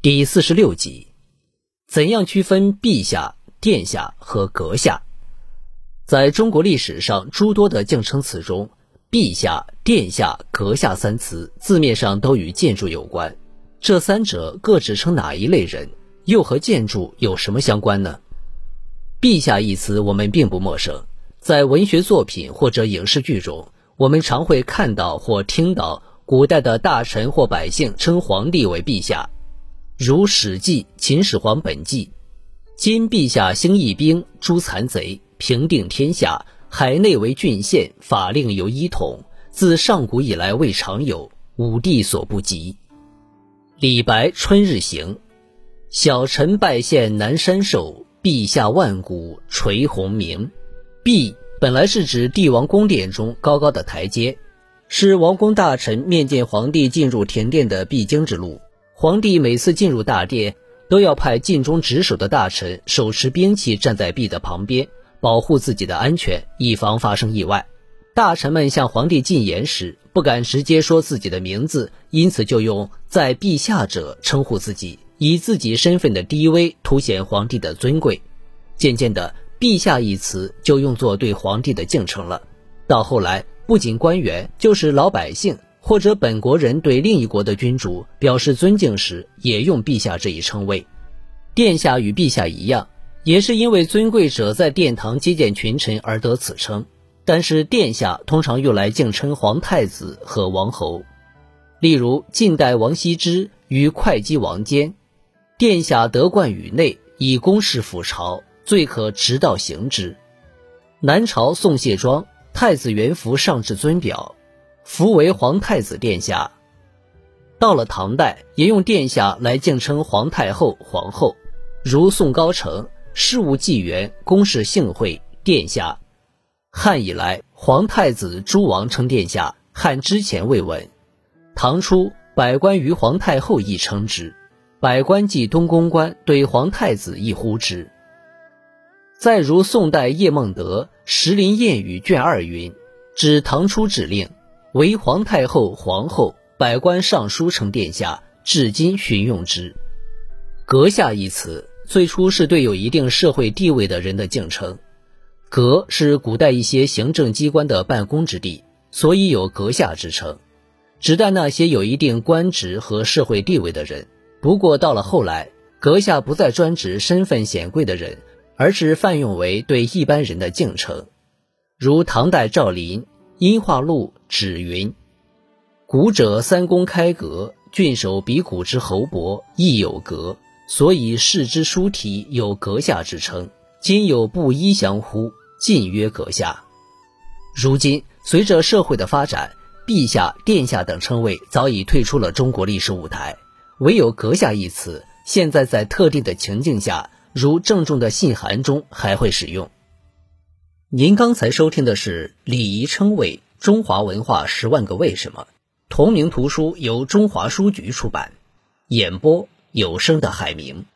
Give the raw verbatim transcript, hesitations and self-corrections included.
第四十六集，怎样区分陛下、殿下和阁下？在中国历史上诸多的敬称词中，陛下、殿下、阁下三词字面上都与建筑有关，这三者各指称哪一类人，又和建筑有什么相关呢？陛下一词我们并不陌生，在文学作品或者影视剧中，我们常会看到或听到古代的大臣或百姓称皇帝为陛下，如《史记·秦始皇本纪》，今陛下兴义兵，诛残贼，平定天下，海内为郡县，法令由一统，自上古以来未尝有，武帝所不及。李白《春日行》，小臣拜献南山寿，陛下万古垂鸿鸣。陛本来是指帝王宫殿中高高的台阶，是王公大臣面见皇帝进入田殿的必经之路。皇帝每次进入大殿，都要派尽忠职守的大臣手持兵器站在壁的旁边，保护自己的安全，以防发生意外。大臣们向皇帝进言时，不敢直接说自己的名字，因此就用在陛下者称呼自己，以自己身份的低微凸显皇帝的尊贵。渐渐的，陛下一词就用作对皇帝的敬称了。到后来，不仅官员，就是老百姓或者本国人对另一国的君主表示尊敬时，也用陛下这一称谓。殿下与陛下一样，也是因为尊贵者在殿堂接见群臣而得此称，但是殿下通常用来敬称皇太子和王侯。例如晋代王羲之与会稽王坚，殿下得冠宇内，以公事辅朝，最可直道行之。南朝宋谢庄，太子元福上至尊表，福为皇太子殿下。到了唐代，也用殿下来敬称皇太后、皇后，如宋高成事务纪元，公事幸会，殿下。汉以来，皇太子诸王称殿下，汉之前未闻。唐初，百官于皇太后亦称之，百官即东宫官，对皇太子亦呼之。再如宋代叶梦得《石林谚语》卷二云，指唐初制令，为皇太后、皇后，百官上书称殿下，至今循用之。阁下一词最初是对有一定社会地位的人的敬称，阁是古代一些行政机关的办公之地，所以有阁下之称，指代那些有一定官职和社会地位的人。不过到了后来，阁下不再专指身份显贵的人，而是泛用为对一般人的敬称。如唐代赵林《音画录》指云，古者三公开阁，郡守比古之侯伯亦有阁，所以士之书题有阁下之称，今有布衣相呼，尽曰阁下。如今随着社会的发展，陛下、殿下等称谓早已退出了中国历史舞台，唯有阁下一词现在在特定的情境下，如郑重的信函中还会使用。您刚才收听的是礼仪称谓中华文化十万个为什么，同名图书由中华书局出版，演播有声的海明。